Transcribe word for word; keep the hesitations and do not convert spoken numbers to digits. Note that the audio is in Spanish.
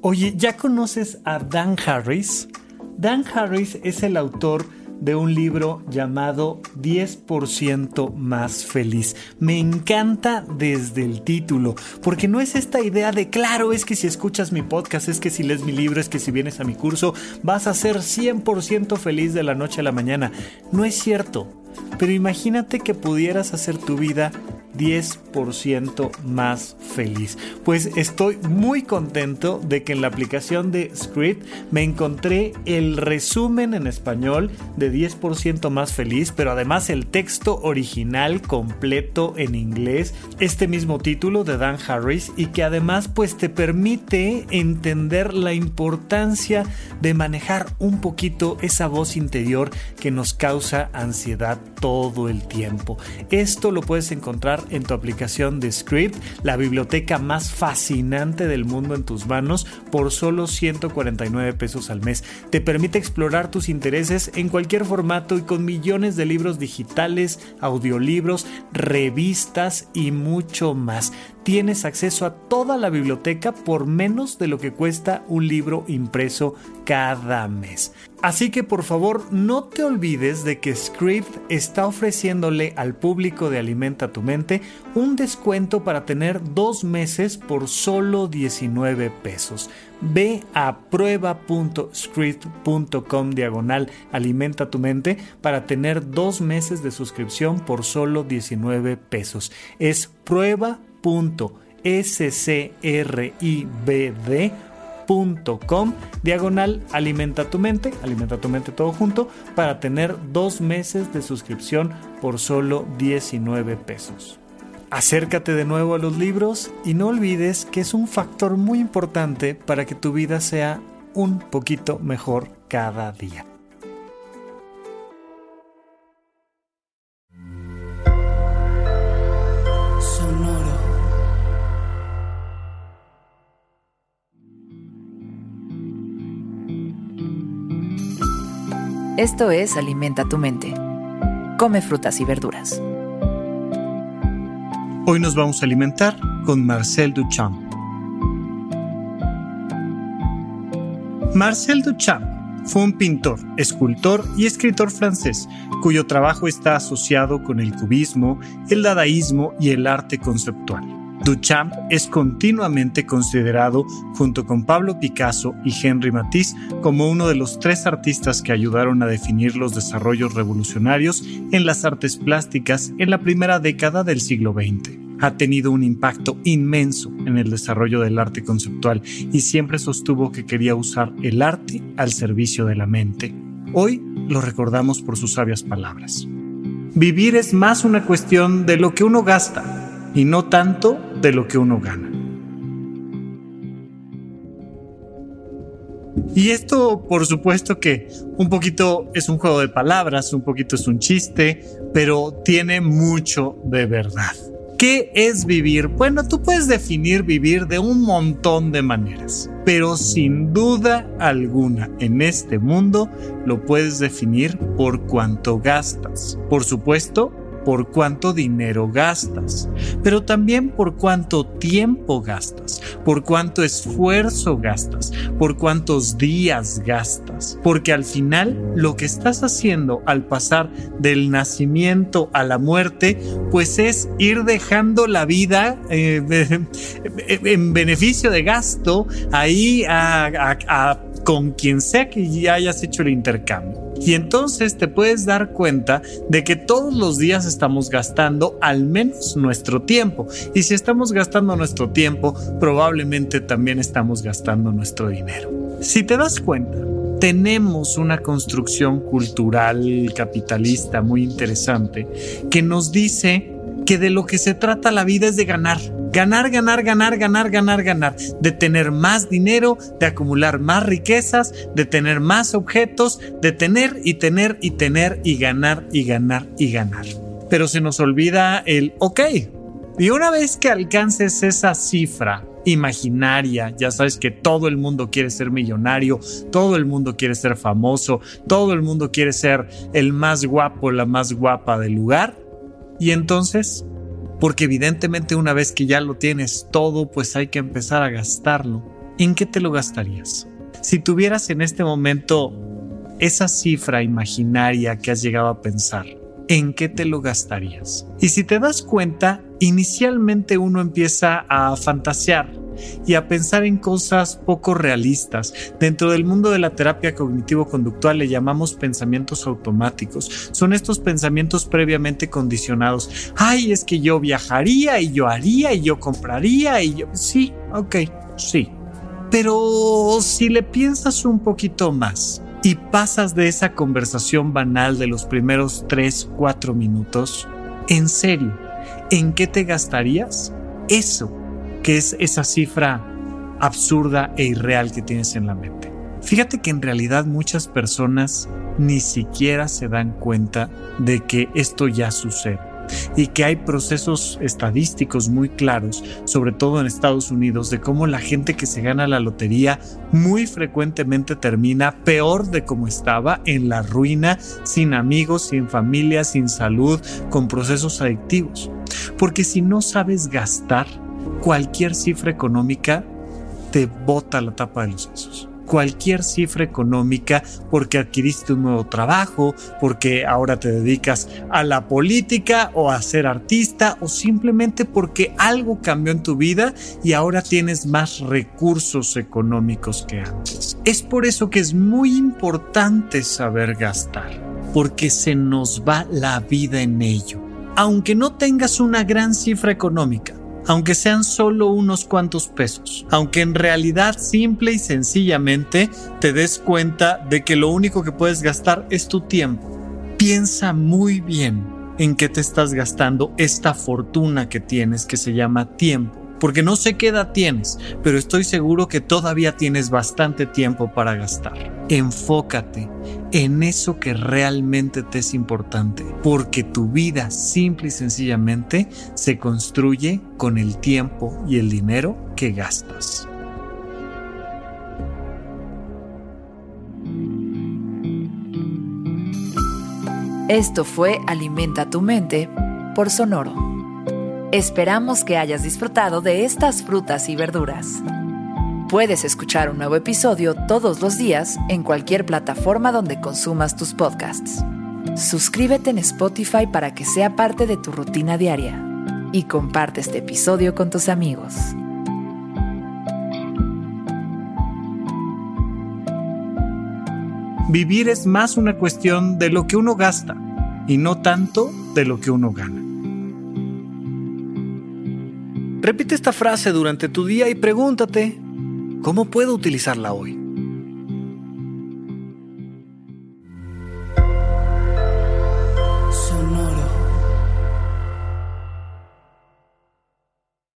Oye, ¿ya conoces a Dan Harris? Dan Harris es el autor de un libro llamado diez por ciento más feliz. Me encanta desde el título, porque no es esta idea de claro, es que si escuchas mi podcast, es que si lees mi libro, es que si vienes a mi curso, vas a ser cien por ciento feliz de la noche a la mañana. No es cierto, pero imagínate que pudieras hacer tu vida diez por ciento más feliz. Pues estoy muy contento de que en la aplicación de Script me encontré el resumen en español de diez por ciento más feliz, pero además el texto original completo en inglés, este mismo título de Dan Harris, y que además pues te permite entender la importancia de manejar un poquito esa voz interior que nos causa ansiedad todo el tiempo. Esto lo puedes encontrar en tu aplicación de Script, la biblioteca más fascinante del mundo en tus manos, por solo ciento cuarenta y nueve pesos al mes. Te permite explorar tus intereses en cualquier formato y con millones de libros digitales, audiolibros, revistas y mucho más. Tienes acceso a toda la biblioteca por menos de lo que cuesta un libro impreso cada mes. Así que por favor no te olvides de que Script está ofreciéndole al público de Alimenta tu Mente un descuento para tener dos meses por solo diecinueve pesos. Ve a prueba.script.com diagonal Alimenta tu Mente para tener dos meses de suscripción por solo diecinueve pesos. Es prueba.scribd.com diagonal Alimenta tu Mente, Alimenta tu Mente todo junto, para tener dos meses de suscripción por solo diecinueve pesos. Acércate de nuevo a los libros y no olvides que es un factor muy importante para que tu vida sea un poquito mejor cada día. Esto es Alimenta tu Mente. Come frutas y verduras. Hoy nos vamos a alimentar con Marcel Duchamp. Marcel Duchamp fue un pintor, escultor y escritor francés, cuyo trabajo está asociado con el cubismo, el dadaísmo y el arte conceptual. Duchamp es continuamente considerado, junto con Pablo Picasso y Henri Matisse, como uno de los tres artistas que ayudaron a definir los desarrollos revolucionarios en las artes plásticas en la primera década del siglo veinte. Ha tenido un impacto inmenso en el desarrollo del arte conceptual y siempre sostuvo que quería usar el arte al servicio de la mente. Hoy lo recordamos por sus sabias palabras. Vivir es más una cuestión de lo que uno gasta y no tanto de lo que uno gana. Y esto, por supuesto que un poquito es un juego de palabras, un poquito es un chiste, pero tiene mucho de verdad. ¿Qué es vivir? Bueno, tú puedes definir vivir de un montón de maneras, pero sin duda alguna en este mundo lo puedes definir por cuánto gastas. Por supuesto, por cuánto dinero gastas, pero también por cuánto tiempo gastas, por cuánto esfuerzo gastas, por cuántos días gastas, porque al final lo que estás haciendo al pasar del nacimiento a la muerte, pues es ir dejando la vida eh, en beneficio de gasto ahí a, a, a, con quien sea que ya hayas hecho el intercambio. Y entonces te puedes dar cuenta de que todos los días estamos gastando al menos nuestro tiempo. Y si estamos gastando nuestro tiempo, probablemente también estamos gastando nuestro dinero. Si te das cuenta, tenemos una construcción cultural capitalista muy interesante que nos dice que de lo que se trata la vida es de ganar. Ganar, ganar, ganar, ganar, ganar, ganar. De tener más dinero, de acumular más riquezas, de tener más objetos, de tener y tener y tener y ganar y ganar y ganar. Pero se nos olvida el ok. Y una vez que alcances esa cifra imaginaria, ya sabes que todo el mundo quiere ser millonario, todo el mundo quiere ser famoso, todo el mundo quiere ser el más guapo, la más guapa del lugar. Y entonces, porque evidentemente una vez que ya lo tienes todo, pues hay que empezar a gastarlo. ¿en qué te lo gastarías? Si tuvieras en este momento esa cifra imaginaria que has llegado a pensar, ¿en qué te lo gastarías? Y si te das cuenta, inicialmente uno empieza a fantasear y a pensar en cosas poco realistas. Dentro del mundo de la terapia cognitivo-conductual le llamamos pensamientos automáticos. Son estos pensamientos previamente condicionados. Ay, es que yo viajaría y yo haría y yo compraría y yo... Sí, ok, sí. Pero si le piensas un poquito más y pasas de esa conversación banal de los primeros tres, cuatro minutos, en serio, ¿en qué te gastarías eso que es esa cifra absurda e irreal que tienes en la mente? Fíjate que en realidad muchas personas ni siquiera se dan cuenta de que esto ya sucede y que hay procesos estadísticos muy claros, sobre todo en Estados Unidos, de cómo la gente que se gana la lotería muy frecuentemente termina peor de como estaba, en la ruina, sin amigos, sin familia, sin salud, con procesos adictivos. Porque si no sabes gastar, cualquier cifra económica te bota la tapa de los sesos. Cualquier cifra económica, porque adquiriste un nuevo trabajo, porque ahora te dedicas a la política o a ser artista, o simplemente porque algo cambió en tu vida y ahora tienes más recursos económicos que antes. Es por eso que es muy importante saber gastar, porque se nos va la vida en ello. Aunque no tengas una gran cifra económica, aunque sean solo unos cuantos pesos, aunque en realidad simple y sencillamente te des cuenta de que lo único que puedes gastar es tu tiempo. Piensa muy bien en qué te estás gastando esta fortuna que tienes, que se llama tiempo. Porque no sé qué edad tienes, pero estoy seguro que todavía tienes bastante tiempo para gastar. Enfócate en eso que realmente te es importante, porque tu vida simple y sencillamente se construye con el tiempo y el dinero que gastas. Esto fue Alimenta tu mente por Sonoro. Esperamos que hayas disfrutado de estas frutas y verduras. Puedes escuchar un nuevo episodio todos los días en cualquier plataforma donde consumas tus podcasts. Suscríbete en Spotify para que sea parte de tu rutina diaria y comparte este episodio con tus amigos. Vivir es más una cuestión de lo que uno gasta y no tanto de lo que uno gana. Repite esta frase durante tu día y pregúntate, ¿cómo puedo utilizarla hoy?